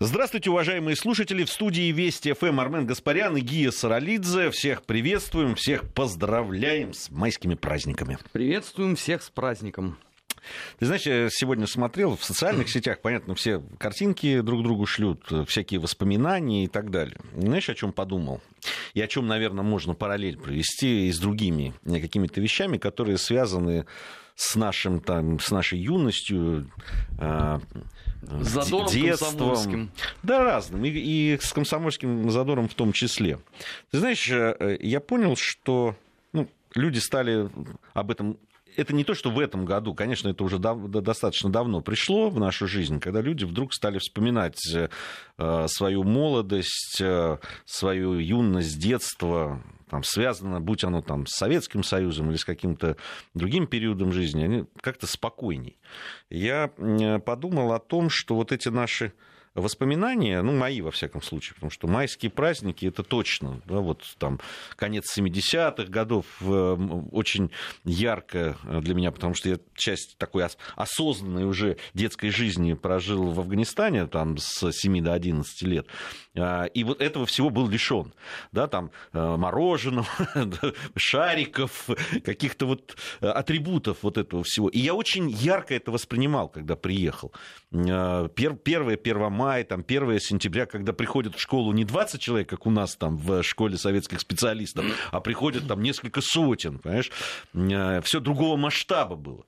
Здравствуйте, уважаемые слушатели. В студии Вести ФМ Армен Гаспарян и Гия Саралидзе. Всех приветствуем, всех поздравляем с майскими праздниками. Приветствуем всех с праздником. Ты знаешь, я сегодня смотрел в социальных сетях, понятно, все картинки друг другу шлют, всякие воспоминания и так далее. Знаешь, о чем подумал? И о чем, наверное, можно параллель провести и с другими какими-то вещами, которые связаны с нашей юностью, задором детством. Да, разным. И с комсомольским задором в том числе. Ты знаешь, я понял, что люди стали об этом... Это не то, что в этом году, конечно, это уже достаточно давно пришло в нашу жизнь, когда люди вдруг стали вспоминать свою молодость, свою юность, детство, связано, будь оно с Советским Союзом или с каким-то другим периодом жизни, они как-то спокойней. Я подумал о том, что вот эти наши воспоминания, мои, во всяком случае, потому что майские праздники, это точно, конец 70-х годов, очень ярко для меня, потому что я часть такой осознанной уже детской жизни прожил в Афганистане, с 7 до 11 лет, и вот этого всего был лишён, мороженого, шариков, каких-то атрибутов этого всего. И я очень ярко это воспринимал, когда приехал. 1 мая, 1 сентября, когда приходят в школу не 20 человек, как у нас в школе советских специалистов, а приходят несколько сотен, понимаешь? Все другого масштаба было.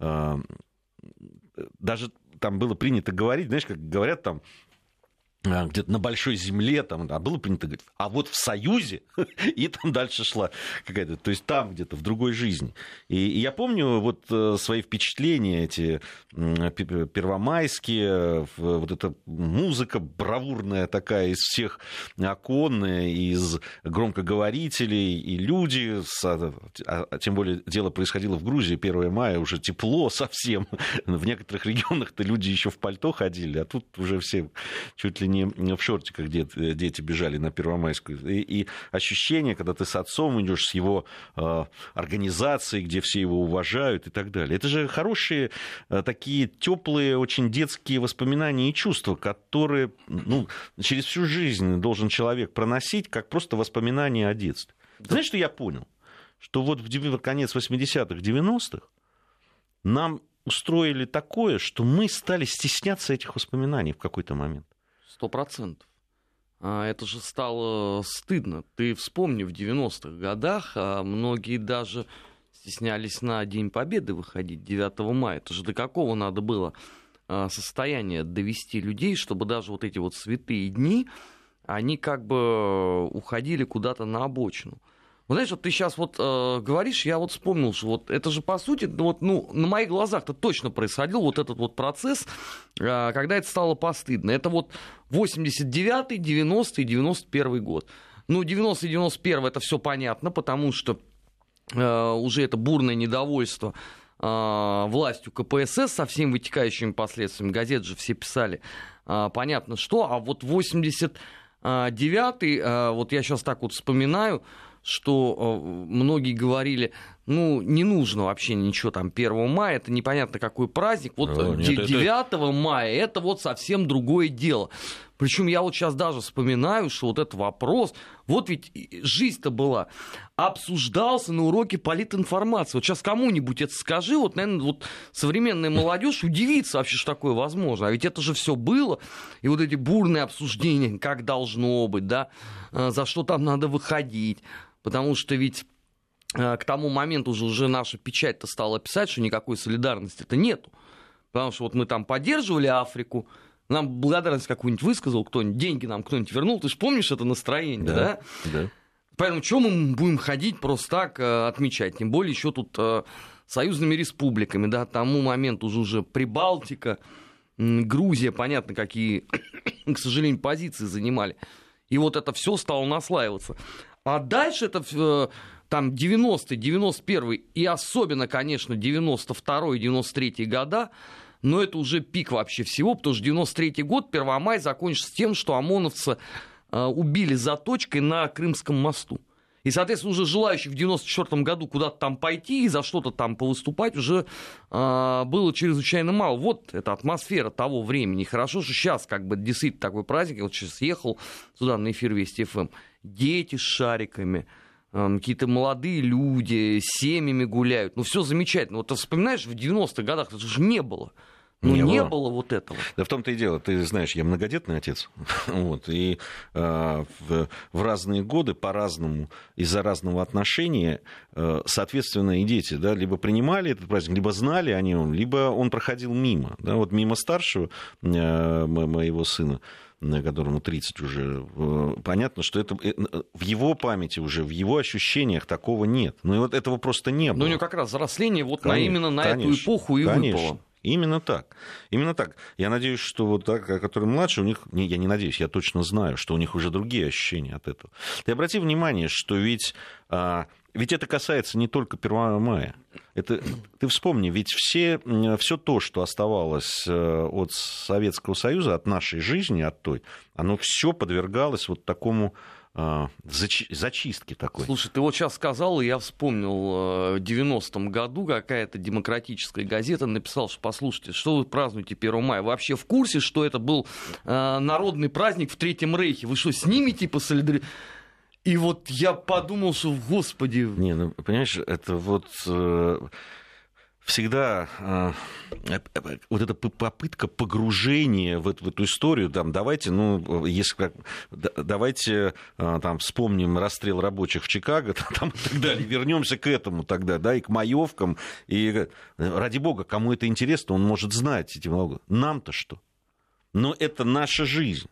Даже было принято говорить, знаешь, как говорят где-то на большой земле, было принято говорить, а вот в Союзе, и дальше шла какая-то, то есть там где-то в другой жизни. И я помню свои впечатления эти первомайские, эта музыка бравурная такая из всех окон, из громкоговорителей, и люди, тем более дело происходило в Грузии, 1 мая, уже тепло совсем, в некоторых регионах-то люди еще в пальто ходили, а тут уже все чуть ли не в шортиках дети бежали на Первомайскую. И ощущение, когда ты с отцом идешь, с его организацией, где все его уважают и так далее. Это же хорошие, такие теплые, очень детские воспоминания и чувства, которые через всю жизнь должен человек проносить, как просто воспоминания о детстве. Знаешь, что я понял? Что в конец 80-х, 90-х нам устроили такое, что мы стали стесняться этих воспоминаний в какой-то момент. 100%. Это же стало стыдно. Ты вспомни, в 90-х годах многие даже стеснялись на День Победы выходить 9 мая. Это же до какого надо было состояния довести людей, чтобы даже эти святые дни, они уходили куда-то на обочину. Знаешь, ты сейчас говоришь, я вспомнил, что это же, по сути, на моих глазах-то точно происходил этот процесс, когда это стало постыдно. Это 89-й, 90-й, 91-й год. 90-й, 91-й это все понятно, потому что уже это бурное недовольство властью КПСС со всеми вытекающими последствиями. Газеты же все писали, понятно что. А 89-й, я сейчас так вспоминаю, что многие говорили, не нужно вообще ничего 1 мая, это непонятно какой праздник, 9 мая это совсем другое дело. Причем я сейчас даже вспоминаю, что этот вопрос, ведь жизнь-то была, обсуждался на уроке политинформации. Сейчас кому-нибудь это скажи, наверное, современная молодежь удивится вообще, что такое возможно. А ведь это же все было, и эти бурные обсуждения, как должно быть, за что там надо выходить. Потому что ведь к тому моменту уже наша печать-то стала писать, что никакой солидарности-то нету. Потому что мы поддерживали Африку, нам благодарность какую-нибудь высказал кто-нибудь, деньги нам кто-нибудь вернул. Ты же помнишь это настроение, да? Да. Поэтому чего мы будем ходить просто так отмечать? Тем более еще тут союзными республиками, к тому моменту уже Прибалтика, Грузия, понятно, какие, к сожалению, позиции занимали. И это все стало наслаиваться. А дальше это 90-й, 91-й и особенно, конечно, 92-й, 93-й года, но это уже пик вообще всего, потому что 93-й год, 1 мая, закончится тем, что ОМОНовцы убили заточкой на Крымском мосту. И, соответственно, уже желающих в 94 году куда-то там пойти и за что-то там повыступать уже было чрезвычайно мало. Вот эта атмосфера того времени. Хорошо, что сейчас как бы действительно такой праздник. Я вот сейчас ехал сюда на эфир Вести ФМ. Дети с шариками, какие-то молодые люди с семьями гуляют. Ну, все замечательно. Вот ты вспоминаешь, в 90-х годах это же не было. Не было вот этого. Да в том-то и дело. Ты знаешь, я многодетный отец. Вот, и в разные годы по-разному, из-за разного отношения, соответственно, и дети, да, либо принимали этот праздник, либо знали о нем, либо он проходил мимо. Да, вот мимо старшего моего сына, которому 30 уже, понятно, что это в его памяти уже, в его ощущениях такого нет. Ну и вот этого просто не было. Но у него как раз взросление вот именно на эту эпоху и выпало. Именно так. Именно так. Я надеюсь, что вот так, которые младше, у них... Я не надеюсь, я точно знаю, что у них уже другие ощущения от этого. Ты обрати внимание, что ведь это касается не только 1 мая. Ты вспомни, ведь все то, что оставалось от Советского Союза, от нашей жизни, от той, оно все подвергалось вот такому... зачистки такой. Слушай, ты вот сейчас сказал, и я вспомнил, в 90-м году какая-то демократическая газета написала, что послушайте, что вы празднуете 1 мая? Вы вообще в курсе, что это был народный праздник в Третьем Рейхе? Вы что, с ними типа солидаризируетесь? И вот я подумал, что, господи... Не, ну, понимаешь, это вот... Всегда вот эта попытка погружения в эту историю, там, давайте там, вспомним расстрел рабочих в Чикаго там, и так далее, вернемся к этому тогда, да, и к маевкам, и ради бога, кому это интересно, он может знать эти налоги. Нам-то что? Но это наша жизнь.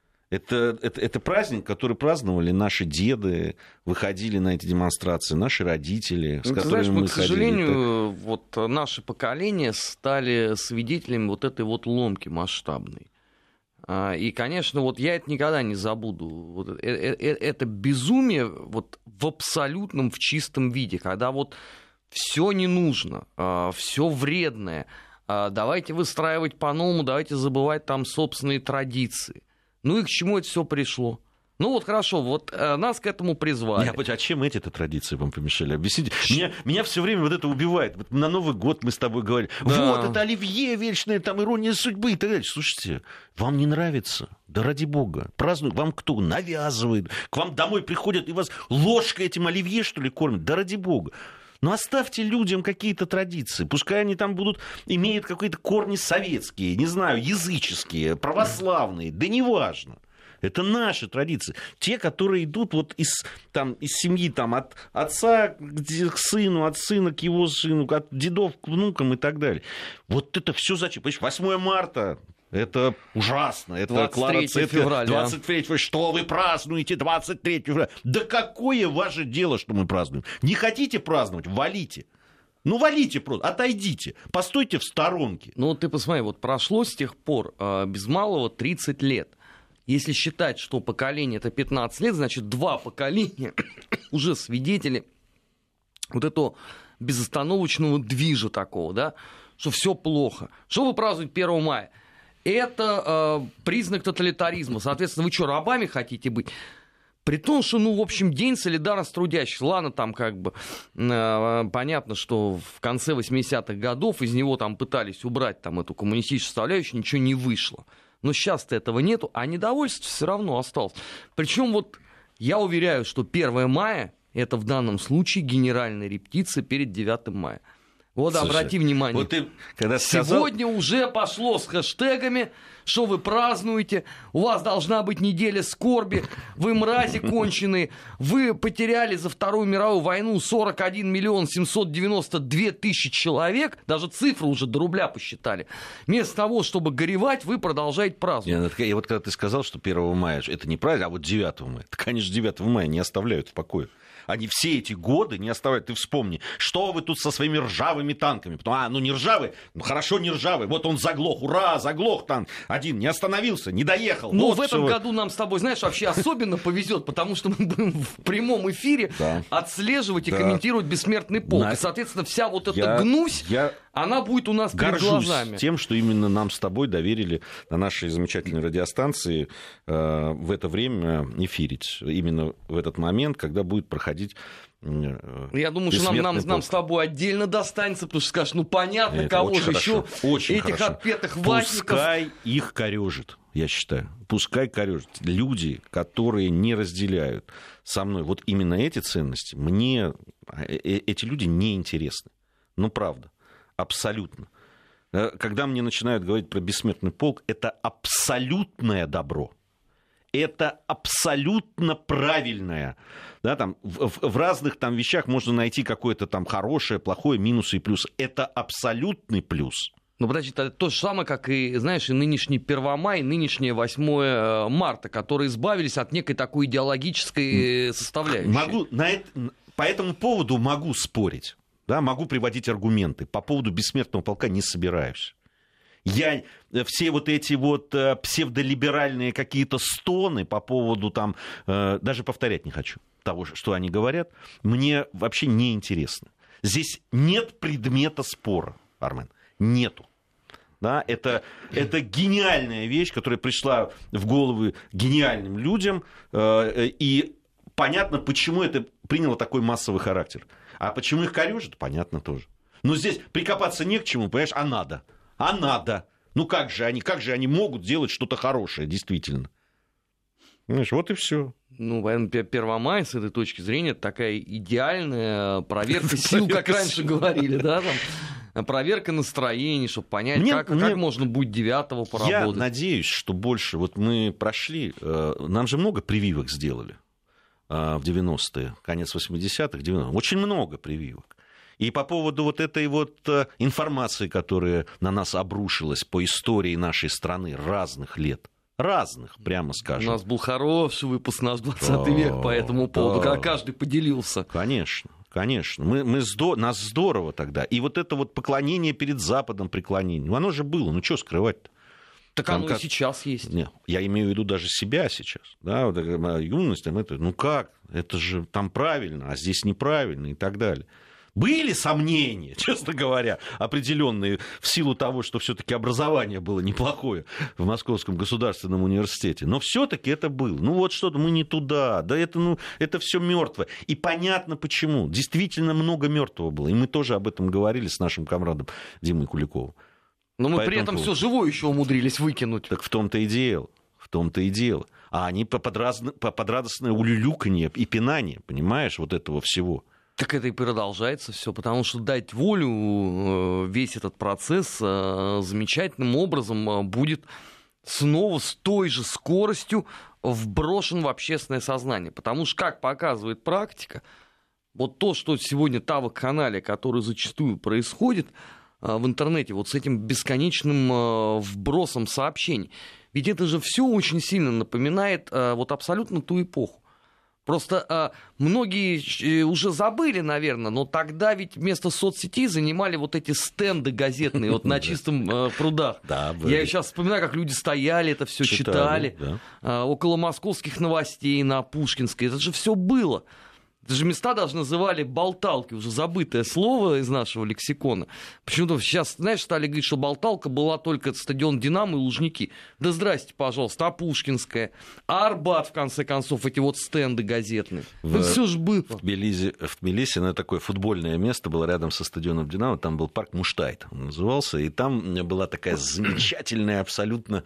Это праздник, который праздновали наши деды, выходили на эти демонстрации, наши родители, с которыми мы ходили. К сожалению, вот наше поколение стали свидетелями вот этой вот ломки масштабной. И, конечно, вот я это никогда не забуду. Вот это безумие вот в абсолютном, в чистом виде, когда вот все не нужно, все вредное, давайте выстраивать по-новому, давайте забывать там собственные традиции. Ну и к чему это все пришло? Ну вот хорошо, вот нас к этому призвали. А чем эти-то традиции вам помешали? Объясните. Меня все время вот это убивает. Вот на Новый год мы с тобой говорили. Да. Вот это оливье вечное, там ирония судьбы и так далее. Слушайте, вам не нравится? Да ради бога. Празднуют. Вам кто навязывает? К вам домой приходят и вас ложкой этим оливье, что ли, кормят? Да ради бога. Ну, оставьте людям какие-то традиции. Пускай они там имеют какие-то корни советские, не знаю, языческие, православные. Да неважно. Это наши традиции. Те, которые идут вот из семьи там, от отца к сыну, от сына к его сыну, от дедов к внукам и так далее. Вот это все зачем? 8 марта... Это ужасно. Это Клара Цеткин. 23 февраля. Что вы празднуете 23 февраля? Да какое ваше дело, что мы празднуем? Не хотите праздновать? Валите. Ну, валите просто, отойдите, постойте в сторонке. Ну, ты посмотри, вот прошло с тех пор без малого 30 лет. Если считать, что поколение это 15 лет, значит, 2 поколения уже свидетели вот этого безостановочного движа такого, да, что все плохо. Что вы празднуете 1 мая? Это признак тоталитаризма. Соответственно, вы что, рабами хотите быть? При том, что, в общем, День солидарности трудящихся. Ладно, там как бы понятно, что в конце 80-х годов из него там пытались убрать там эту коммунистическую составляющую, ничего не вышло. Но сейчас-то этого нету, а недовольство все равно осталось. Причем вот я уверяю, что 1 мая это в данном случае генеральная репетиция перед 9 мая. Вот, слушай, обрати внимание, вот ты, когда сегодня уже пошло с хэштегами, что вы празднуете, у вас должна быть неделя скорби, вы мрази конченые, вы потеряли за Вторую мировую войну 41 миллион 792 тысячи человек, даже цифру уже до рубля посчитали. Вместо того, чтобы горевать, вы продолжаете праздновать. И вот когда ты сказал, что 1 мая это не праздник, а вот 9 мая, то, конечно, 9 мая не оставляют в покое. Они все эти годы не оставляют. Ты вспомни, что вы тут со своими ржавыми ржавыми танками. Потом, ну не ржавый, ну хорошо, не ржавый. Вот он заглох, ура, заглох танк. Один не остановился, не доехал. Ну, вот в этом всё. году нам с тобой, знаешь, вообще особенно повезет, потому что мы будем в прямом эфире отслеживать и комментировать «Бессмертный полк». И, соответственно, вся вот эта гнусь, она будет у нас перед глазами. Горжусь тем, что именно нам с тобой доверили на нашей замечательной радиостанции в это время эфирить. Именно в этот момент, когда будет проходить... Я думаю, что нам с тобой отдельно достанется, потому что скажешь, ну понятно, это кого же еще этих хорошо. отпетых ватников. Пускай их корежит, я считаю. Пускай корежит. Люди, которые не разделяют со мной вот именно эти ценности, мне эти люди не интересны. Ну, правда. Абсолютно. Когда мне начинают говорить про бессмертный полк, это абсолютное добро. Это абсолютно правильное. Да, там, в разных там вещах можно найти какое-то там хорошее, плохое, минусы и плюсы. Это абсолютный плюс. Ну, подожди, это то же самое, как и, знаешь, и нынешний 1 мая, и нынешнее 8 марта, которые избавились от некой такой идеологической составляющей. По этому поводу могу спорить. Да, могу приводить аргументы. По поводу бессмертного полка не собираюсь. Я все вот эти вот псевдолиберальные какие-то стоны по поводу там, даже повторять не хочу того, что они говорят, мне вообще не интересно. Здесь нет предмета спора, Армен, нету. Да, это гениальная вещь, которая пришла в головы гениальным людям, и понятно, почему это приняло такой массовый характер. А почему их корёжит, понятно тоже. Но здесь прикопаться не к чему, понимаешь, а надо. А надо. Ну как же они могут делать что-то хорошее, действительно? Понимаешь, вот и все. Ну, поэтому 1 мая, с этой точки зрения, это такая идеальная проверка сил, как раньше говорили, да, там, проверка настроений, чтобы понять, как можно будет 9-го поработать. Я надеюсь, что больше, вот мы прошли, нам же много прививок сделали в 90-е, конец 80-х, 90-х, очень много прививок. И по поводу вот этой вот информации, которая на нас обрушилась по истории нашей страны разных лет, разных, прямо скажем. У нас был хороший выпуск «Наш 20 век» по этому поводу, когда каждый поделился. Конечно, конечно. Нас здорово тогда. И вот это вот поклонение перед Западом, преклонение, оно же было, ну что скрывать-то? Так оно и сейчас есть. Нет, я имею в виду даже себя сейчас. Да, вот, юность, ну как? Это же там правильно, а здесь неправильно и так далее. Были сомнения, честно говоря, определенные в силу того, что все-таки образование было неплохое в Московском государственном университете. Но все-таки это было. Ну вот что-то мы не туда. Да это все мертвое. И понятно почему. Действительно много мертвого было. И мы тоже об этом говорили с нашим комрадом Димой Куликовым. Но мы при этом все живое еще умудрились выкинуть. Так в том-то и дело. В том-то и дело. А они под радостное улюлюканье и пинание, понимаешь, вот этого всего. Так это и продолжается все, потому что дать волю, весь этот процесс замечательным образом будет снова с той же скоростью вброшен в общественное сознание. Потому что, как показывает практика, вот то, что сегодня та вакханалия, которая зачастую происходит в интернете, вот с этим бесконечным вбросом сообщений, ведь это же все очень сильно напоминает вот абсолютно ту эпоху. Просто многие уже забыли, наверное, но тогда ведь вместо соцсетей занимали вот эти стенды газетные вот на Чистом прудах. Я сейчас вспоминаю, как люди стояли, это все читали. Около московских новостей на Пушкинской. Это же все было. Это же места даже называли болталки, уже забытое слово из нашего лексикона. Почему-то сейчас, знаешь, стали говорить, что болталка была только стадион «Динамо» и Лужники. Да здрасте, пожалуйста, а Пушкинская, а Арбат, в конце концов, эти вот стенды газетные. Это все же было. В Тбилиси, ну, такое футбольное место было рядом со стадионом «Динамо», там был парк «Муштайт», он назывался, и там была такая замечательная абсолютно...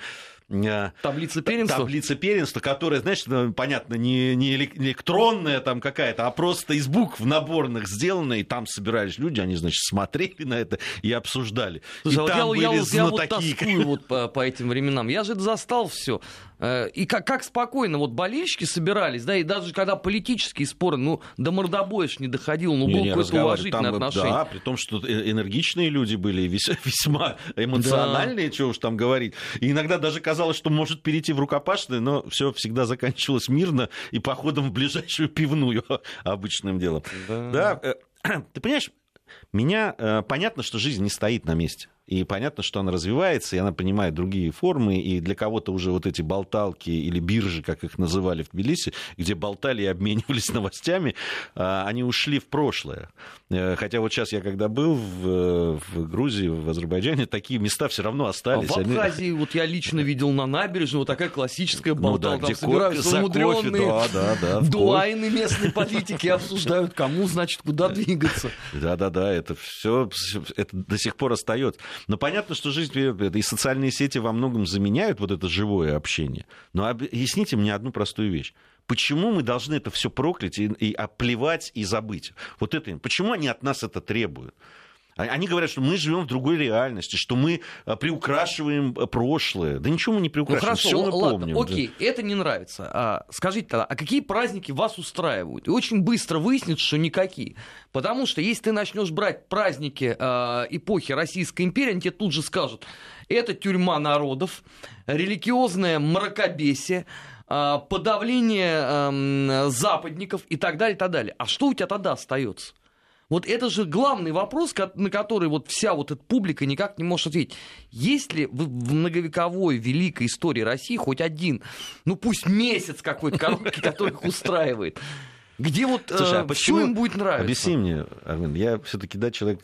Таблица первенства? Таблица первенства, которая, знаешь, понятно, не электронная там какая-то, а просто из букв наборных сделанная, и там собирались люди, они, значит, смотрели на это и обсуждали. Слушай, и вот там были знатоки. Я вот тоскую вот по этим временам. Я же это застал все. И как спокойно вот болельщики собирались, да, и даже когда политические споры, ну, до мордобоя не доходило, ну, было какое-то уважительное отношение. Да, при том, что энергичные люди были, весьма эмоциональные, чего уж там говорить. И иногда даже казалось, что может перейти в рукопашное, но все всегда заканчивалось мирно и походом в ближайшую пивную обычным делом. Да. Ты понимаешь, Понятно, что жизнь не стоит на месте. И понятно, что она развивается, и она принимает другие формы. И для кого-то уже вот эти болталки или биржи, как их называли в Тбилиси, где болтали и обменивались новостями, они ушли в прошлое. Хотя вот сейчас я когда был в Грузии, в Азербайджане, такие места все равно остались. В Абхазии вот я лично видел на набережной вот такая классическая болталка. Там собираются умудренные дуайны местной политики, обсуждают, кому, значит, куда двигаться. Да, это все это до сих пор остается. Но понятно, что жизнь и социальные сети во многом заменяют вот это живое общение. Но объясните мне одну простую вещь. Почему мы должны это все проклять и оплевать и забыть? Вот это, почему они от нас это требуют? Они говорят, что мы живем в другой реальности, что мы приукрашиваем прошлое. Да ничего мы не приукрашиваем, все мы помним. Ладно, окей, это не нравится. Скажите тогда, а какие праздники вас устраивают? И очень быстро выяснится, что никакие. Потому что если ты начнешь брать праздники эпохи Российской империи, они тебе тут же скажут, это тюрьма народов, религиозное мракобесие, подавление западников и так далее, и так далее. А что у тебя тогда остается? Вот это же главный вопрос, на который вот вся вот эта публика никак не может ответить. Есть ли в многовековой великой истории России хоть один, ну пусть месяц какой-то короткий, который их устраивает? Где вот все им будет нравиться? Объясни мне, Армен, я все-таки человек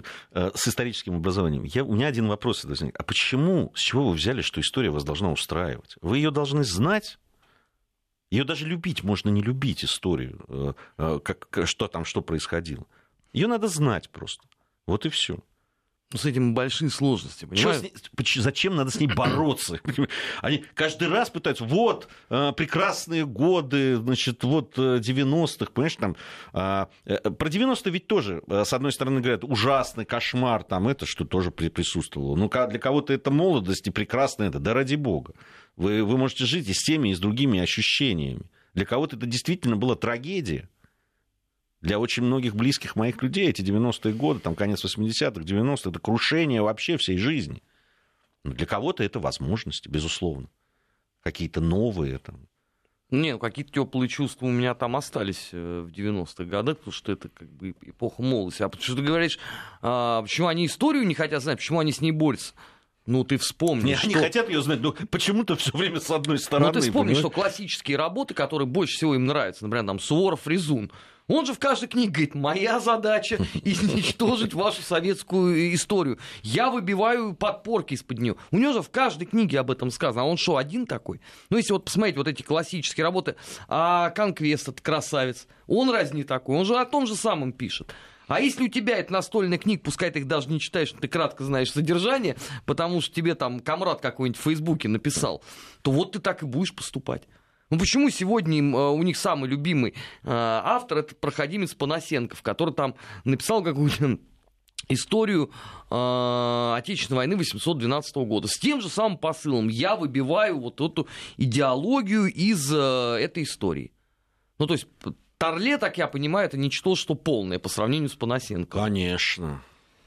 с историческим образованием. У меня один вопрос. А почему, с чего вы взяли, что история вас должна устраивать? Вы ее должны знать? Ее даже любить, можно не любить историю, что происходило. Ее надо знать просто. Вот и все. С этим большие сложности, понимаешь? Зачем надо с ней бороться? Они каждый раз пытаются, прекрасные годы, значит, 90-х, понимаешь, там, про 90-е ведь тоже, с одной стороны, говорят, ужасный кошмар, там, это что тоже присутствовало. Ну, для кого-то это молодость и прекрасно это, да ради бога. Вы можете жить и с теми, и с другими ощущениями. Для кого-то это действительно была трагедия. Для очень многих близких моих людей эти 90-е годы, там, конец 80-х, 90-х, это крушение вообще всей жизни. Но для кого-то это возможности, безусловно. Какие-то новые там. Не, какие-то теплые чувства у меня там остались в 90-х годах, потому что это как бы эпоха молодости. А потому что ты говоришь, почему они историю не хотят знать, почему они с ней борются? Ну, ты вспомни, Они хотят ее знать, но почему-то все время с одной стороны. Ну, ты вспомни, что классические работы, которые больше всего им нравятся, например, там, Суворов, Резун, он же в каждой книге говорит, моя задача изничтожить вашу советскую историю. Я выбиваю подпорки из-под нее. У него же в каждой книге об этом сказано. А он что, один такой? Ну, если вот посмотреть вот эти классические работы, «Конквест» — это красавец. Он разве не такой? Он же о том же самом пишет. А если у тебя это настольная книга, пускай ты их даже не читаешь, ты кратко знаешь содержание, потому что тебе там комрад какой-нибудь в Фейсбуке написал, то вот ты так и будешь поступать. Ну почему сегодня у них самый любимый автор — это проходимец Панасенков, который там написал какую-то историю Отечественной войны 1812 года с тем же самым посылом. Я выбиваю вот эту идеологию из этой истории. Ну то есть Торле, так я понимаю, это ничтожество полное по сравнению с Панасенковым. Конечно.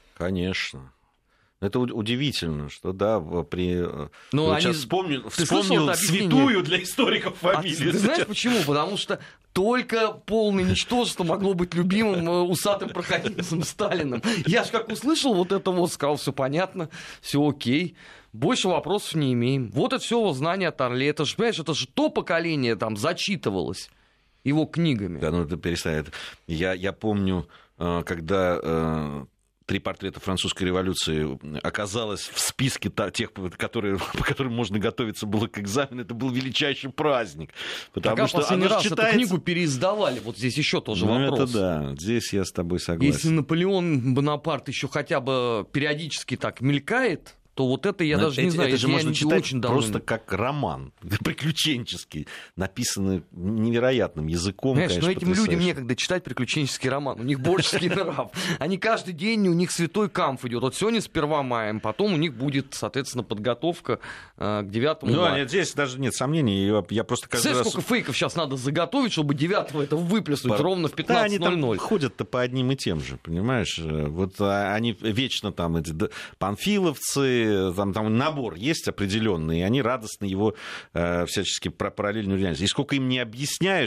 Это удивительно, что да, сейчас вспомнил святую для историков фамилию. Ты знаешь почему? Потому что только полное ничтожество могло быть любимым усатым проходимцем Сталиным. Я же как услышал вот это вот, сказал, все понятно, все окей. Больше вопросов не имеем. Вот это все знание о Торле. Это же, понимаешь, это же то поколение там зачитывалось его книгами. Да, ну это перестает. Я помню, когда 3 портрета французской революции оказалось в списке тех, по которым можно готовиться было к экзамену, это был величайший праздник. Потому что последний раз эту книгу переиздавали? Вот здесь еще тоже вопрос. Это да, здесь я с тобой согласен. Если Наполеон Бонапарт еще хотя бы периодически так мелькает, то вот это я даже не знаю. Это же можно читать очень просто как роман, приключенческий, написанный невероятным языком. Знаешь, конечно, но этим людям некогда читать приключенческий роман. У них борческий нрав. Они каждый день, у них святой камф идет. Вот сегодня с 1 мая, потом у них будет, соответственно, подготовка к 9 мая. Нет, здесь даже нет сомнений. Я просто каждый раз... Сколько фейков сейчас надо заготовить, чтобы 9-го это выплеснуть ровно в 15:00. Да, они там ходят-то по одним и тем же, понимаешь? Вот они вечно там, эти панфиловцы, мифы, там набор есть определенный, и они радостно его всячески параллельно реализуют. И сколько им не объясняешь,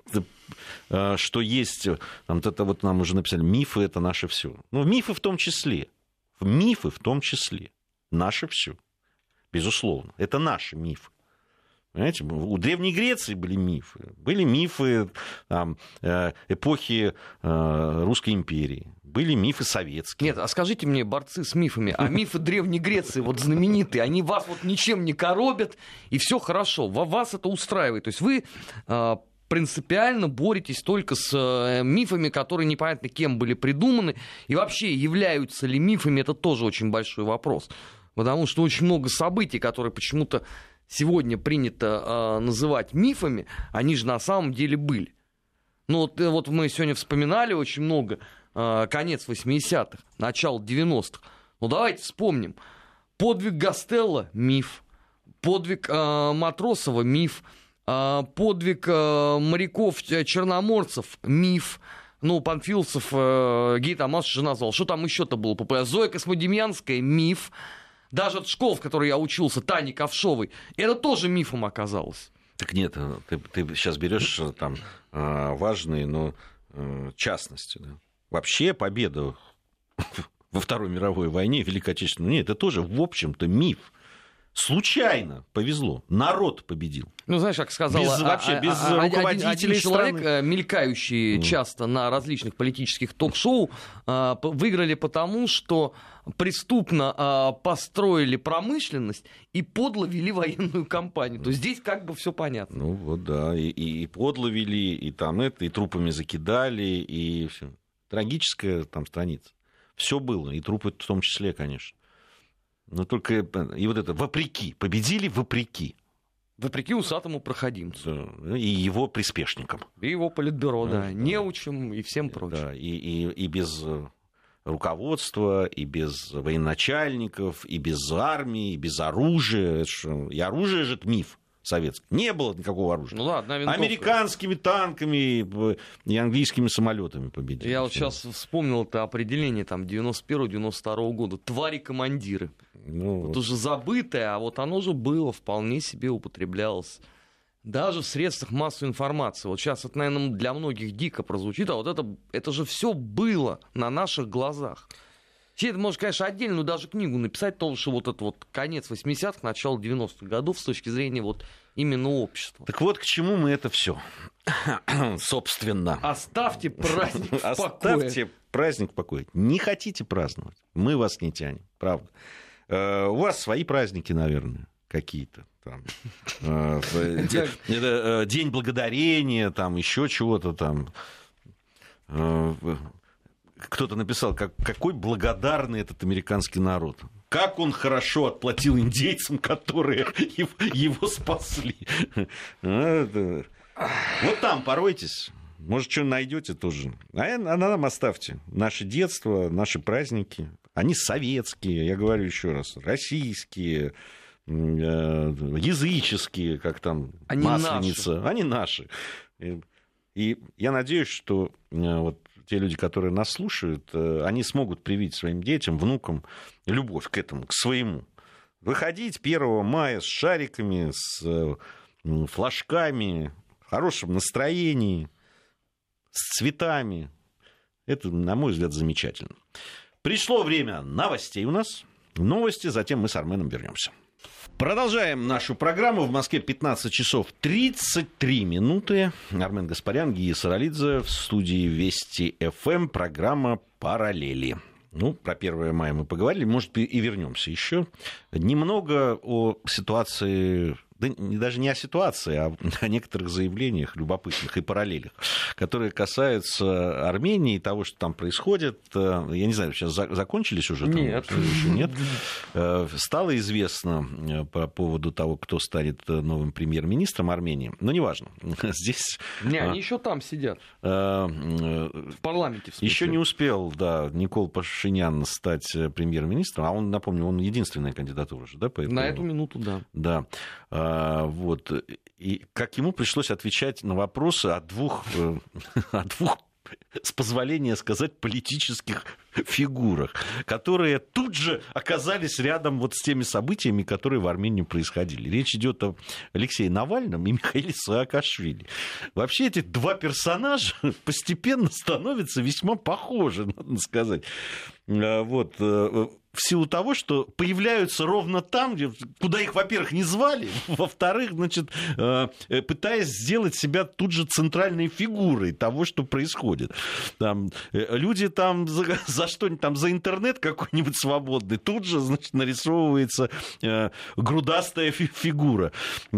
что есть, там, это вот нам уже написали, мифы — это наше все. Ну, мифы в том числе. Мифы в том числе. Наше все. Безусловно. Это наши мифы. Понимаете, у Древней Греции были мифы. Были мифы там, эпохи Русской империи. Были мифы советские. Нет, а скажите мне, борцы с мифами, а мифы Древней Греции, вот знаменитые, они вас вот ничем не коробят, и все хорошо, вас это устраивает. То есть вы принципиально боретесь только с мифами, которые непонятно кем были придуманы, и вообще являются ли мифами, это тоже очень большой вопрос. Потому что очень много событий, которые почему-то сегодня принято называть мифами, они же на самом деле были. Ну вот мы сегодня вспоминали очень много конец 80-х, начало 90-х. Ну давайте вспомним. Подвиг Гастелло — миф. Подвиг Матросова — миф. Подвиг моряков-черноморцев — миф. Ну, Панфиловцев Гей Томас же назвал. Что там еще-то было? Зоя Космодемьянская — миф. Даже от школ, в которой я учился, Тани Ковшовой, это тоже мифом оказалось. Так нет, ты сейчас берешь там важные, но частности. Да? Вообще победа во Второй мировой войне, Великой Отечественной войне, это тоже, в общем-то, миф. Случайно повезло. Народ победил. Ну, знаешь, как сказал руководителей один человек, страны. мелькающий часто на различных политических ток-шоу, выиграли потому, что преступно построили промышленность и подло вели военную кампанию. То есть здесь как бы все понятно. Ну вот да, и подло вели, и там это, и трупами закидали, и все. Трагическая там страница. Все было, и трупы в том числе, конечно. Но только и вот это вопреки, победили вопреки. Вопреки усатому проходимцу. Да, и его приспешникам. И его политбюро, да, неучим и всем прочим. Да, и без руководства, и без военачальников, и без армии, и без оружия. И оружие же это миф советский. Не было никакого оружия. Ну да, одна винтовка. Американскими танками и английскими самолетами победили. Я вот сейчас вспомнил это определение там 91-92 года. Твари-командиры. Ну, вот уже забытое, а вот оно же было, вполне себе употреблялось. Даже в средствах массовой информации. Вот сейчас это, наверное, для многих дико прозвучит, а вот это же все было на наших глазах. Все это можно, конечно, отдельную даже книгу написать, потому что вот это вот конец 80-х, начало 90-х годов с точки зрения вот именно общества. Так вот, к чему мы это все, собственно. Оставьте праздник в покое. Оставьте праздник в покое. Не хотите праздновать, мы вас не тянем, правда. У вас свои праздники, наверное, какие-то. Там, День благодарения, там еще чего-то там. Кто-то написал, какой благодарный этот американский народ. Как он хорошо отплатил индейцам, которые его спасли. Вот там поройтесь. Может, что найдете тоже. А нам оставьте. Наше детство, наши праздники. Они советские, я говорю еще раз. Российские, языческие, как там они Масленица. Наши. Они наши. И я надеюсь, что вот те люди, которые нас слушают, они смогут привить своим детям, внукам любовь к этому, к своему. Выходить 1 мая с шариками, с флажками, в хорошем настроении, с цветами. Это, на мой взгляд, замечательно. Пришло время новостей у нас. Новости, затем мы с Арменом вернемся. Продолжаем нашу программу. В Москве 15 часов 33 минуты. Армен Гаспарян, Гия Саралидзе в студии Вести ФМ. Программа «Параллели». Ну, про 1 мая мы поговорили. Может, и вернемся еще. Немного о ситуации... Да даже не о ситуации, а о некоторых заявлениях любопытных и параллелях, которые касаются Армении и того, что там происходит. Я не знаю, сейчас закончились уже? Там, нет. Еще нет. Стало известно по поводу того, кто станет новым премьер-министром Армении. Но неважно. Здесь... Не, они еще там сидят. В парламенте, в смысле. Еще не успел, да, Никол Пашинян стать премьер-министром. А он, напомню, он единственная кандидатура же, да? На эту минуту, да. Да. Вот. И как ему пришлось отвечать на вопросы о двух с позволения сказать, политических фигурах, которые тут же оказались рядом вот с теми событиями, которые в Армении происходили. Речь идет о Алексее Навальном и Михаиле Саакашвили. Вообще эти два персонажа постепенно становятся весьма похожи, надо сказать. Вот. В силу того, что появляются ровно там, куда их, во-первых, не звали, во-вторых, значит, пытаясь сделать себя тут же центральной фигурой того, что происходит. Там, люди там за что-нибудь, там, за интернет какой-нибудь свободный, тут же, значит, нарисовывается грудастая фигура.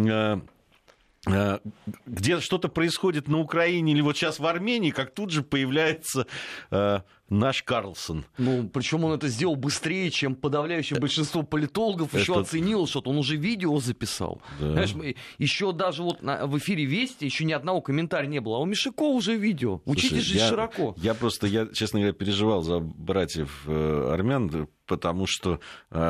Где что-то происходит на Украине или вот сейчас в Армении, как тут же появляется наш Карлсон. Ну, причем он это сделал быстрее, чем подавляющее большинство политологов еще оценило, что он уже видео записал. Да. Знаешь, еще даже вот в эфире Вести еще ни одного комментария не было, а у Мишакова уже видео. Учитесь же широко. Я, честно говоря, переживал за братьев армян, потому что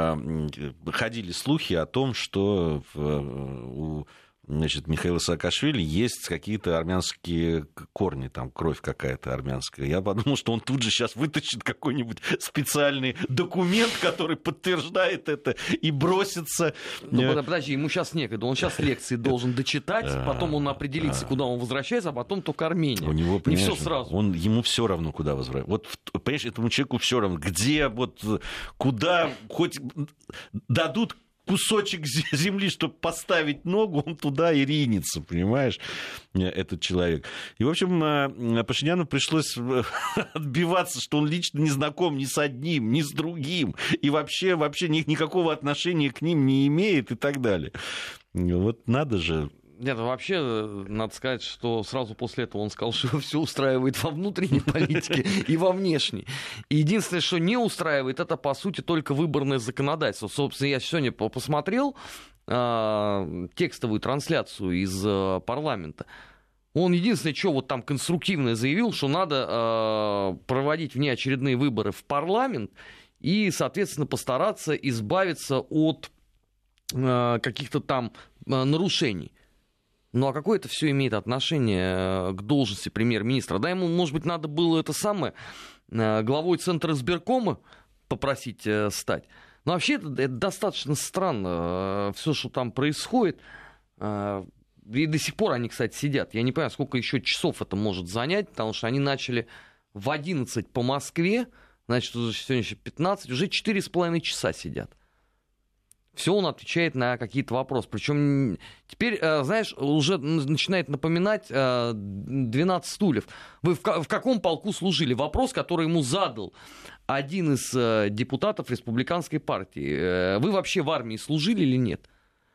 ходили слухи о том, что у Михаила Саакашвили есть какие-то армянские корни, там кровь какая-то армянская. Я подумал, что он тут же сейчас вытащит какой-нибудь специальный документ, который подтверждает это, и бросится... Ну, подожди, ему сейчас некогда. Он сейчас лекции должен дочитать, потом он определится, куда он возвращается, а потом только Армения. У него, не все сразу. Ему все равно, куда возвращаться. Вот, понимаешь, этому человеку все равно. Где, вот, куда, хоть дадут кусочек земли, чтобы поставить ногу, он туда и ринется, понимаешь, этот человек. И, в общем, Пашиняну пришлось отбиваться, что он лично не знаком ни с одним, ни с другим, и вообще никакого отношения к ним не имеет и так далее. Вот надо же... Нет, вообще, надо сказать, что сразу после этого он сказал, что все устраивает во внутренней политике и во внешней. И единственное, что не устраивает, это, по сути, только выборное законодательство. Собственно, я сегодня посмотрел текстовую трансляцию из парламента. Он единственное, что вот там конструктивно заявил, что надо проводить внеочередные выборы в парламент и, соответственно, постараться избавиться от каких-то там нарушений. Ну, а какое это все имеет отношение к должности премьер-министра? Да, ему, может быть, надо было это самое главой Центра избиркома попросить стать. Но вообще это достаточно странно, все, что там происходит. И до сих пор они, кстати, сидят. Я не понимаю, сколько еще часов это может занять, потому что они начали в 11 по Москве, значит, уже сегодня еще 15, уже 4,5 часа сидят. Все он отвечает на какие-то вопросы. Причем теперь, знаешь, уже начинает напоминать 12 стульев. Вы в каком полку служили? Вопрос, который ему задал один из депутатов республиканской партии. Вы вообще в армии служили или нет?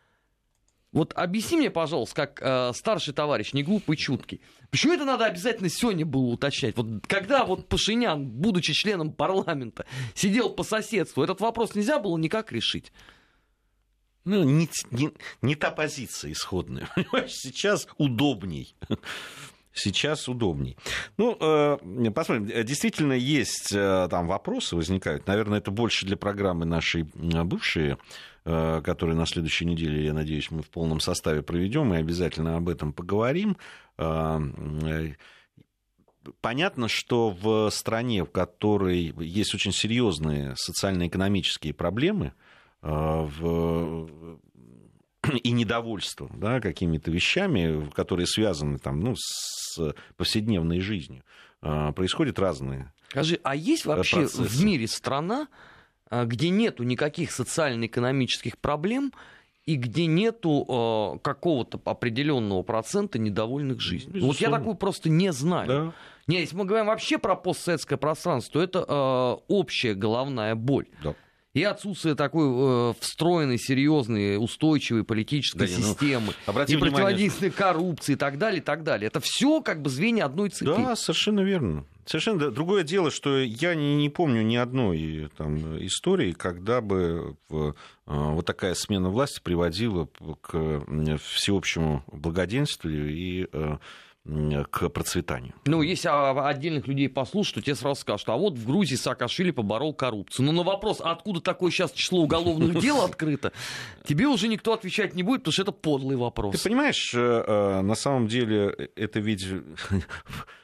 Вот объясни мне, пожалуйста, как старший товарищ, не глупый, чуткий, почему это надо обязательно сегодня было уточнять? Вот когда вот Пашинян, будучи членом парламента, сидел по соседству, этот вопрос нельзя было никак решить? Ну, не та позиция исходная. Понимаешь, сейчас удобней. Сейчас удобней. Ну, посмотрим. Действительно, есть там вопросы возникают. Наверное, это больше для программы нашей бывшие, которую на следующей неделе, я надеюсь, мы в полном составе проведем и обязательно об этом поговорим. Понятно, что в стране, в которой есть очень серьезные социально-экономические проблемы, и недовольство, да, какими-то вещами, которые связаны там, ну, с повседневной жизнью, происходят разные. Скажи, а есть вообще процессы в мире страна, где нету никаких социально-экономических проблем и где нету какого-то определенного процента недовольных жизнью? Безусловно. Вот я такую просто не знаю. Да. Нет, если мы говорим вообще про постсоветское пространство, то это общая головная боль. Да. И отсутствие такой встроенной, серьезной, устойчивой политической системы, и противодействие коррупции и так далее, и так далее. Это все как бы звенья одной цепи. Да, совершенно верно. Совершенно другое дело, что я не помню ни одной там истории, когда бы вот такая смена власти приводила к всеобщему благоденствию и к процветанию. Ну, если отдельных людей послушать, то тебе сразу скажут, а вот в Грузии Саакашвили поборол коррупцию. Но на вопрос, откуда такое сейчас число уголовных дел открыто, тебе уже никто отвечать не будет, потому что это подлый вопрос. Ты понимаешь, на самом деле, это ведь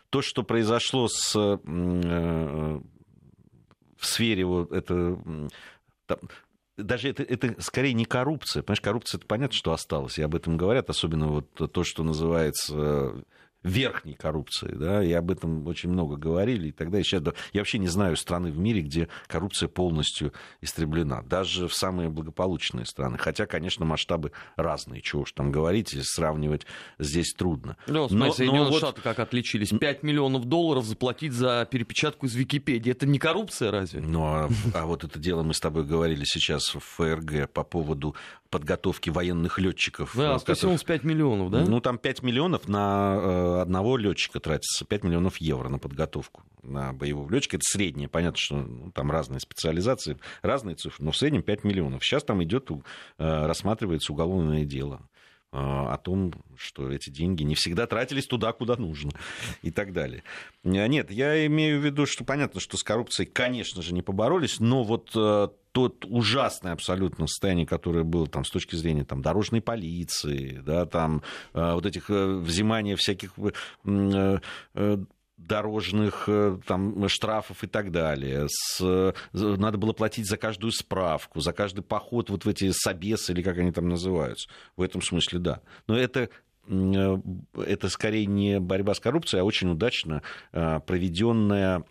то, что произошло в сфере вот это... Даже это скорее не коррупция. Понимаешь, коррупция, это понятно, что осталось, и об этом говорят, особенно вот то, что называется верхней коррупцией, да, и об этом очень много говорили и так далее. Сейчас, я вообще не знаю страны в мире, где коррупция полностью истреблена, даже в самые благополучные страны. Хотя, конечно, масштабы разные, чего уж там говорить, сравнивать здесь трудно. Но Соединенные Штаты как отличились? $5 миллионов заплатить за перепечатку из Википедии. Это не коррупция разве? Ну, а вот это дело мы с тобой говорили сейчас в ФРГ по поводу подготовки военных летчиков. Да, спасибо, 5 миллионов, да? Ну, там 5 миллионов на одного летчика тратится, 5 миллионов евро на подготовку на боевого летчика. Это среднее, понятно, что там разные специализации, разные цифры, но в среднем 5 миллионов. Сейчас там рассматривается уголовное дело о том, что эти деньги не всегда тратились туда, куда нужно, и так далее. Нет, я имею в виду, что понятно, что с коррупцией, конечно же, не поборолись, но вот тот ужасное абсолютно состояние, которое было там, с точки зрения там, дорожной полиции, да, там, вот этих взимания всяких дорожных там, штрафов и так далее. Надо было платить за каждую справку, за каждый поход вот в эти собесы, или как они там называются. В этом смысле, да. Но это скорее не борьба с коррупцией, а очень удачно проведенная...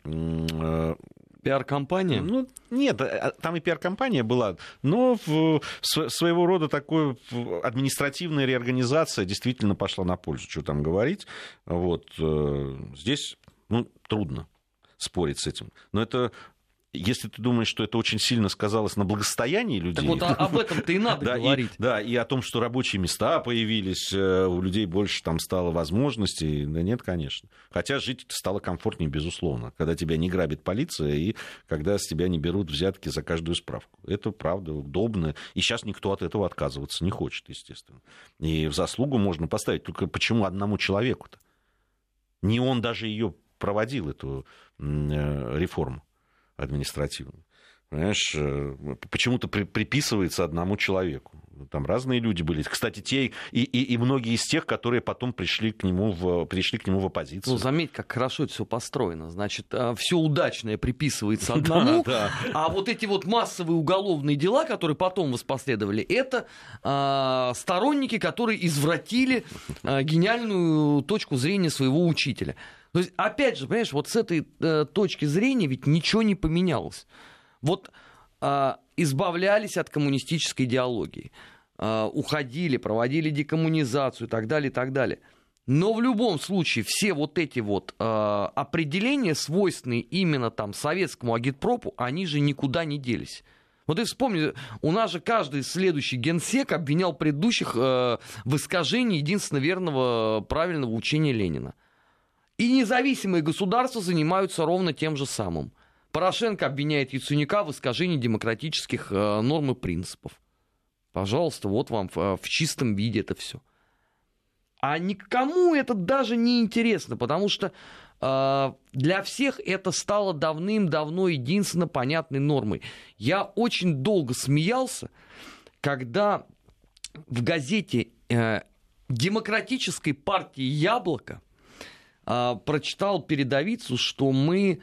Пиар-компания? Ну, нет, там и пиар-компания была, но своего рода такая административная реорганизация действительно пошла на пользу, что там говорить. Вот. Здесь трудно спорить с этим. Но это... Если ты думаешь, что это очень сильно сказалось на благосостоянии людей... Так вот об этом-то и надо говорить. И о том, что рабочие места появились, у людей больше там стало возможностей. Да нет, конечно. Хотя жить стало комфортнее, безусловно, когда тебя не грабит полиция и когда с тебя не берут взятки за каждую справку. Это правда удобно. И сейчас никто от этого отказываться не хочет, естественно. И в заслугу можно поставить. Только почему одному человеку-то? Не он даже ее проводил, эту реформу административную. Понимаешь, почему-то приписывается одному человеку. Там разные люди были. Кстати, те и многие из тех, которые потом пришли к нему в оппозицию. Ну, заметь, как хорошо это все построено. Значит, все удачное приписывается одному, а вот эти вот массовые уголовные дела, которые потом воспоследовали, это сторонники, которые извратили гениальную точку зрения своего учителя. То есть, опять же, понимаешь, вот с этой точки зрения ведь ничего не поменялось. Вот избавлялись от коммунистической идеологии, уходили, проводили декоммунизацию и так далее, и так далее. Но в любом случае все вот эти вот определения, свойственные именно там советскому агитпропу, они же никуда не делись. Вот ты вспомни, у нас же каждый следующий генсек обвинял предыдущих в искажении единственно верного правильного учения Ленина. И независимые государства занимаются ровно тем же самым. Порошенко обвиняет Яценюка в искажении демократических норм и принципов. Пожалуйста, вот вам в чистом виде это все. А никому это даже не интересно, потому что для всех это стало давным-давно единственно понятной нормой. Я очень долго смеялся, когда в газете Демократической партии «Яблоко» прочитал передовицу, что мы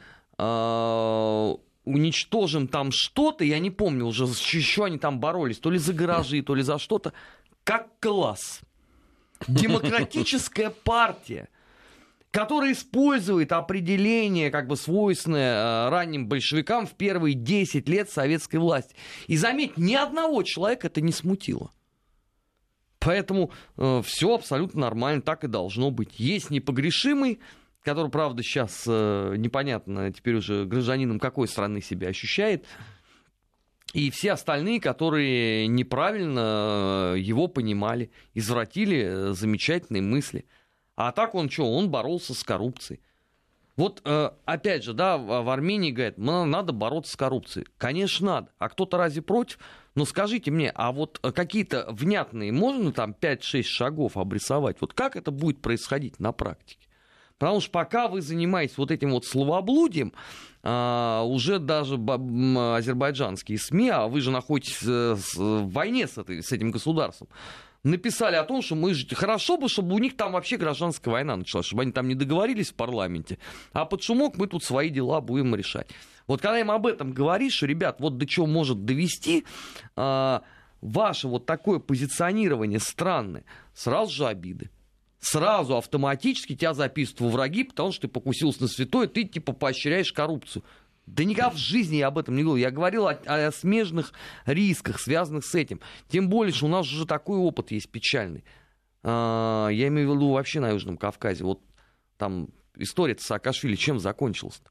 уничтожим там что-то, я не помню уже, еще они там боролись, то ли за гаражи, то ли за что-то, как класс. Демократическая партия, которая использует определение, как бы свойственное ранним большевикам в первые 10 лет советской власти. И заметь, ни одного человека это не смутило. Поэтому все абсолютно нормально, так и должно быть. Есть непогрешимый, который, правда, сейчас непонятно теперь уже гражданином какой страны себя ощущает, и все остальные, которые неправильно его понимали, извратили замечательные мысли. А так он что? Он боролся с коррупцией. Вот опять же, да, в Армении говорят, надо бороться с коррупцией. Конечно, надо. А кто-то разве против? Но скажите мне, а вот какие-то внятные, можно там 5-6 шагов обрисовать? Вот как это будет происходить на практике? Потому что пока вы занимаетесь вот этим вот словоблудием, уже даже азербайджанские СМИ, а вы же находитесь в войне с этим государством, написали о том, что хорошо бы, чтобы у них там вообще гражданская война началась, чтобы они там не договорились в парламенте, а под шумок мы тут свои дела будем решать. Вот когда им об этом говоришь, что, ребят, вот до чего может довести ваше вот такое позиционирование странное, сразу же обиды. Сразу автоматически тебя записывают во враги, потому что ты покусился на святое, ты типа поощряешь коррупцию. Да никогда в жизни я об этом не говорил. Я говорил о смежных рисках, связанных с этим. Тем более, что у нас уже такой опыт есть печальный. Я имею в виду вообще на Южном Кавказе. Вот там история Саакашвили чем закончилась-то?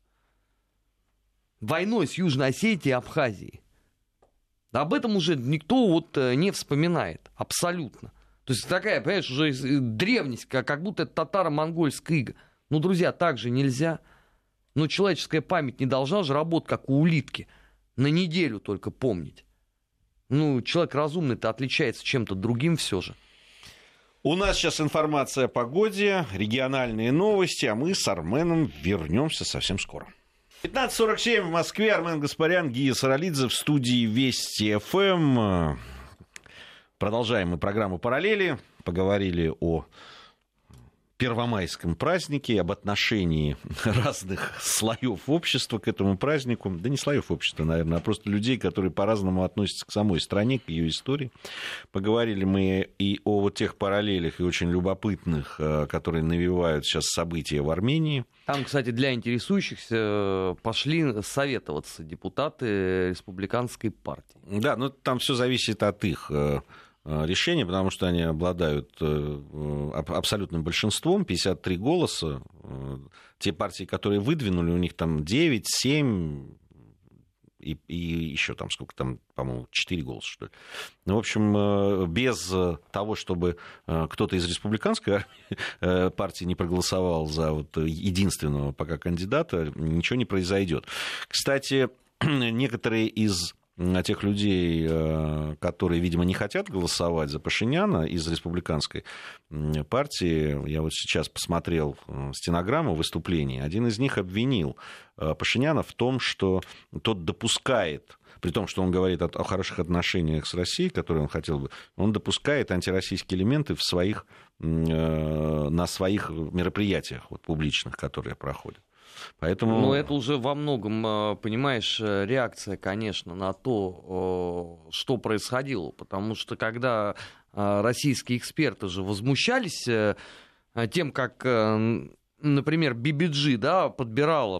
Войной с Южной Осетией и Абхазией. Об этом уже никто вот не вспоминает. Абсолютно. То есть такая, понимаешь, уже древность, как будто это татаро-монгольская ига. Ну, друзья, так же нельзя. Но человеческая память не должна же работать, как у улитки. На неделю только помнить. Ну, человек разумный-то отличается чем-то другим все же. У нас сейчас информация о погоде, региональные новости, а мы с Арменом вернемся совсем скоро. 15:47 в Москве. Армен Гаспарян, Гия Саралидзе в студии Вести ФМ. Продолжаем мы программу «Параллели». Поговорили о первомайском празднике, об отношении разных слоев общества к этому празднику. Да не слоев общества, наверное, а просто людей, которые по-разному относятся к самой стране, к ее истории. Поговорили мы и о вот тех параллелях, и очень любопытных, которые навевают сейчас события в Армении. Там, кстати, для интересующихся пошли советоваться депутаты республиканской партии. Да, но там все зависит от их решения, потому что они обладают абсолютным большинством, 53 голоса. Те партии, которые выдвинули, у них там 9, 7 и еще там сколько там, по-моему, 4 голоса, что ли. Ну, в общем, без того, чтобы кто-то из республиканской партии не проголосовал за вот единственного пока кандидата, ничего не произойдет. Кстати, некоторые из тех людей, которые, видимо, не хотят голосовать за Пашиняна из республиканской партии, я вот сейчас посмотрел стенограмму выступлений, один из них обвинил Пашиняна в том, что тот допускает, при том, что он говорит о хороших отношениях с Россией, которые он хотел бы, он допускает антироссийские элементы на своих мероприятиях вот, публичных, которые проходят. Поэтому... Но это уже во многом, понимаешь, реакция, конечно, на то, что происходило. Потому что когда российские эксперты же возмущались тем, как, например, BBG, да, подбирала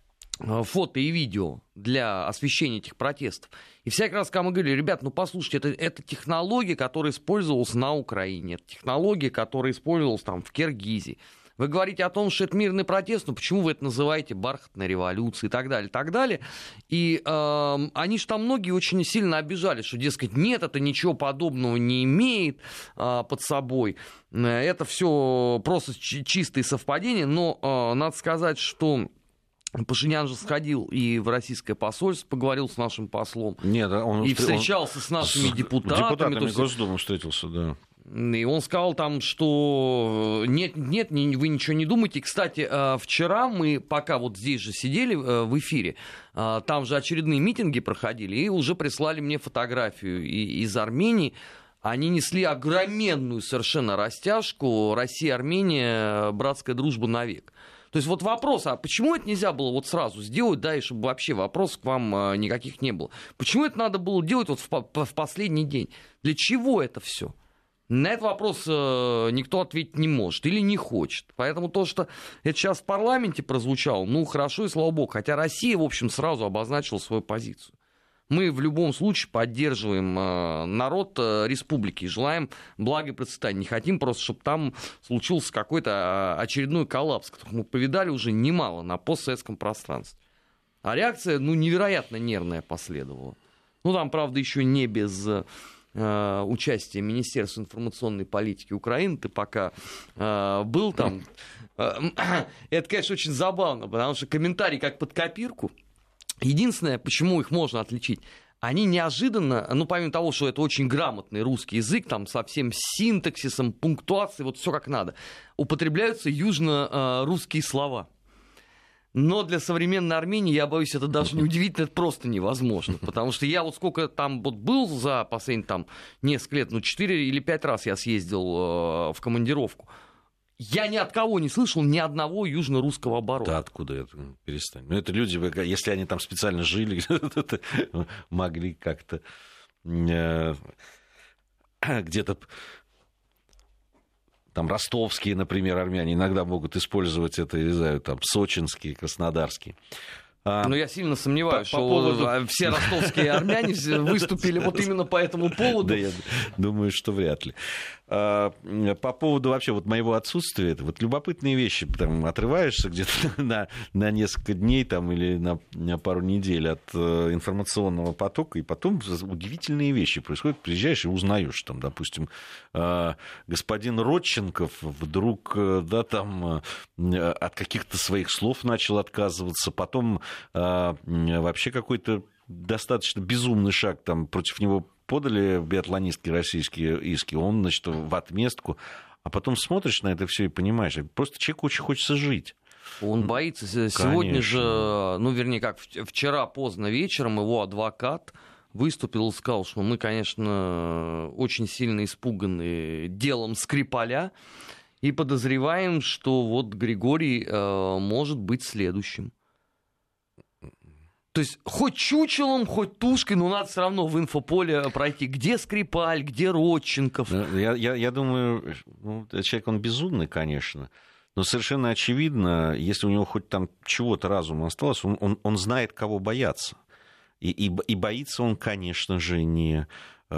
фото и видео для освещения этих протестов. И всякий раз, когда мы говорили, ребят, ну послушайте, это технология, которая использовалась на Украине, это технология, которая использовалась там в Киргизии. Вы говорите о том, что это мирный протест, но почему вы это называете бархатной революцией и так далее, и так далее. И они же там многие очень сильно обижались, что, дескать, нет, это ничего подобного не имеет под собой. Это все просто чистые совпадения, но надо сказать, что Пашинян же сходил и в российское посольство, поговорил с нашим послом. Нет, он встречался с нашими депутатами. Депутатами Госдумы встретился, да. И он сказал там, что нет, вы ничего не думайте. Кстати, вчера мы, пока вот здесь же сидели в эфире, там же очередные митинги проходили, и уже прислали мне фотографию из Армении. Они несли огроменную совершенно растяжку «Россия-Армения. Братская дружба навек». То есть вот вопрос, а почему это нельзя было вот сразу сделать, да, и чтобы вообще вопросов к вам никаких не было? Почему это надо было делать вот в последний день? Для чего это все? На этот вопрос никто ответить не может или не хочет. Поэтому то, что это сейчас в парламенте прозвучало, ну, хорошо и слава богу. Хотя Россия, в общем, сразу обозначила свою позицию. Мы в любом случае поддерживаем народ республики, желаем блага и процветания. Не хотим просто, чтобы там случился какой-то очередной коллапс, которых мы повидали уже немало на постсоветском пространстве. А реакция, ну, невероятно нервная последовала. Ну, там, правда, еще не без участия Министерства информационной политики Украины. Ты пока был там. Это, конечно, очень забавно, потому что комментарии как под копирку. Единственное, почему их можно отличить, они неожиданно, ну, помимо того, что это очень грамотный русский язык, там, со всем синтаксисом, пунктуацией, вот все как надо, употребляются южно-русские слова. Но для современной Армении, я боюсь, это даже не удивительно, это просто невозможно. Потому что я вот сколько там вот был за последние там несколько лет, 4 или 5 раз я съездил в командировку. Я ни от кого не слышал ни одного южно-русского оборота. Да откуда это? Перестань. Ну, это люди, если они там специально жили, могли как-то где-то... Там ростовские, например, армяне иногда могут использовать это, не знаю, там сочинские, краснодарские. Но я сильно сомневаюсь, что все ростовские армяне выступили вот именно по этому поводу. Да, я думаю, что вряд ли. По поводу вообще вот моего отсутствия, это вот любопытные вещи. Там, отрываешься где-то на несколько дней там, или на пару недель от информационного потока, и потом удивительные вещи происходят. Приезжаешь и узнаешь, там, допустим, господин Родченков вдруг да, там, от каких-то своих слов начал отказываться, потом вообще какой-то достаточно безумный шаг там, против него подали биатлонистки российские иски, он, значит, в отместку, а потом смотришь на это все и понимаешь, просто человеку очень хочется жить. Он боится. Сегодня же, ну, вернее, как вчера поздно вечером его адвокат выступил и сказал, что мы, конечно, очень сильно испуганы делом Скрипаля и подозреваем, что вот Григорий может быть следующим. То есть хоть чучелом, хоть тушкой, но надо все равно в инфополе пройти. Где Скрипаль, где Родченков? Я думаю, ну, человек, он безумный, конечно. Но совершенно очевидно, если у него хоть там чего-то разума осталось, он знает, кого бояться. И боится он, конечно же, не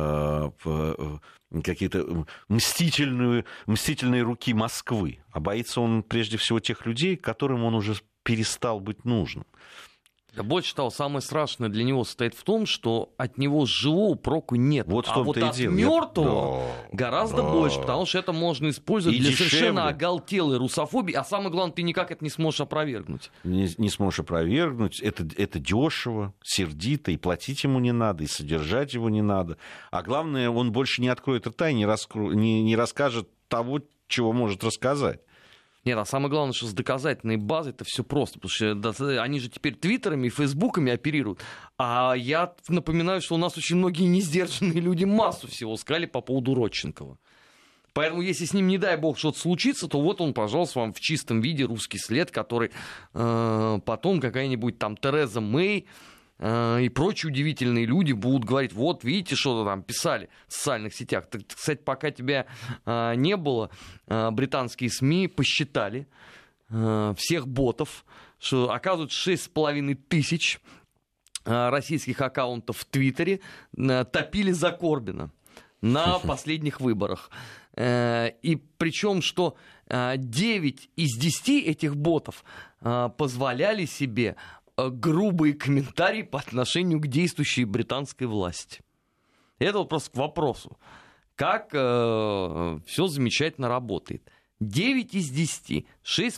какие-то мстительные руки Москвы, а боится он прежде всего тех людей, которым он уже перестал быть нужным. Больше того, самое страшное для него состоит в том, что от него живого проку нет. Вот а вот от мертвого гораздо больше, потому что это можно использовать для совершенно оголтелой русофобии. А самое главное, ты никак это не сможешь опровергнуть. Не сможешь опровергнуть. Это дешево, сердито, и платить ему не надо, и содержать его не надо. А главное, он больше не откроет рта и не расскажет того, чего может рассказать. Нет, а самое главное, что с доказательной базой это все просто, потому что они же теперь твиттерами и фейсбуками оперируют. А я напоминаю, что у нас очень многие несдержанные люди массу всего сказали по поводу Родченкова. Поэтому, если с ним, не дай бог, что-то случится, то вот он, пожалуйста, вам в чистом виде русский след, который потом какая-нибудь там Тереза Мэй и прочие удивительные люди будут говорить, вот, видите, что-то там писали в социальных сетях. Так, кстати, пока тебя не было, британские СМИ посчитали всех ботов, что, оказывается, 6500 российских аккаунтов в Твиттере топили за Корбина на последних выборах. И причем, что 9 из 10 этих ботов позволяли себе грубые комментарии по отношению к действующей британской власти. Это вот просто к вопросу, как все замечательно работает. 9 из 10,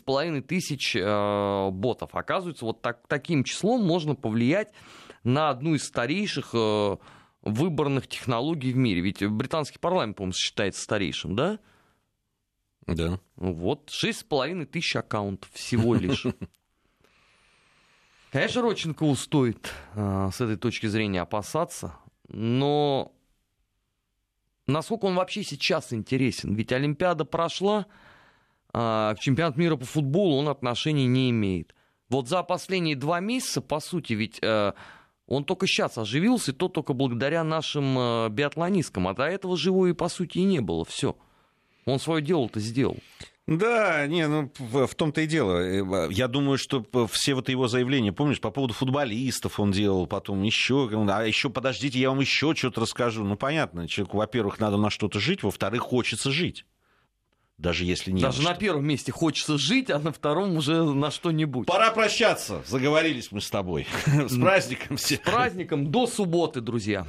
6500 ботов. Оказывается, вот таким числом можно повлиять на одну из старейших выборных технологий в мире. Ведь британский парламент, по-моему, считается старейшим, да? Да. Вот 6500 аккаунтов всего лишь. Конечно, Родченкову стоит с этой точки зрения опасаться, но насколько он вообще сейчас интересен? Ведь Олимпиада прошла, к чемпионату мира по футболу он отношений не имеет. Вот за последние 2 месяца, по сути, ведь он только сейчас оживился, и то только благодаря нашим биатлонисткам. А до этого живой, по сути, и не было. Все. Он свое дело-то сделал. Да, в том-то и дело. Я думаю, что все вот его заявления, помнишь, по поводу футболистов он делал, потом еще, а еще подождите, я вам еще что-то расскажу. Ну, понятно, человеку, во-первых, надо на что-то жить, во-вторых, хочется жить. Даже если не Даже на первом месте хочется жить, а на втором уже на что-нибудь. Пора прощаться. Заговорились мы с тобой. С праздником всех. С праздником. До субботы, друзья.